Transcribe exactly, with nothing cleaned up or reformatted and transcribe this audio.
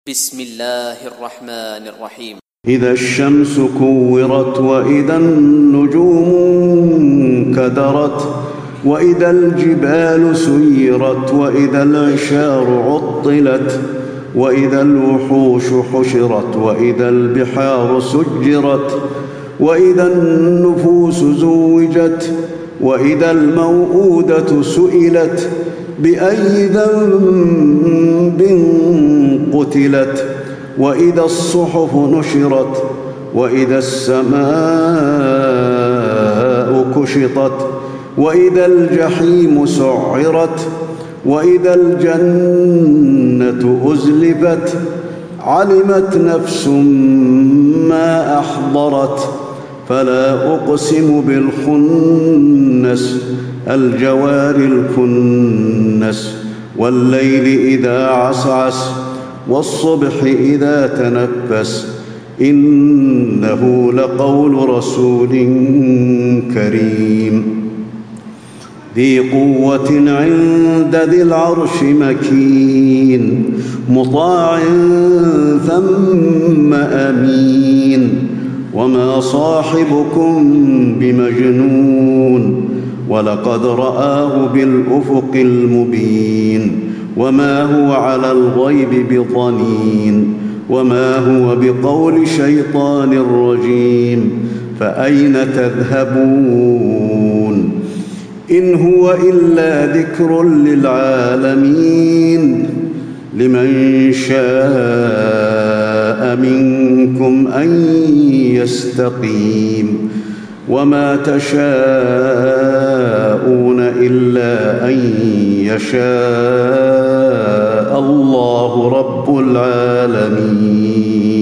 بسم الله الرحمن الرحيم. إذا الشمس كورت وإذا النجوم انكدرت وإذا الجبال سيرت وإذا العشار عطلت وإذا الوحوش حشرت وإذا البحار سجرت وإذا النفوس زوجت وإذا الموءودة سئلت بأي ذنب قتلت وإذا الصحف نشرت وإذا السماء كشطت وإذا الجحيم سعرت وإذا الجنة أزلفت علمت نفس ما أحضرت فلا أقسم بالخنس الجوار الكنس والليل إذا عسعس والصبح إذا تنفس إنه لقول رسول كريم ذي قوة عند ذي العرش مكين مطاع ثم أمين وما صاحبكم بمجنون ولقد رآه بالأفق المبين وما هو على الغيب بضنين وما هو بقول شيطان رجيم فأين تذهبون إن هو إلا ذكر للعالمين لمن شاء منكم أن يستقيم وما تشاءون إلا أن يشاء الله رب العالمين.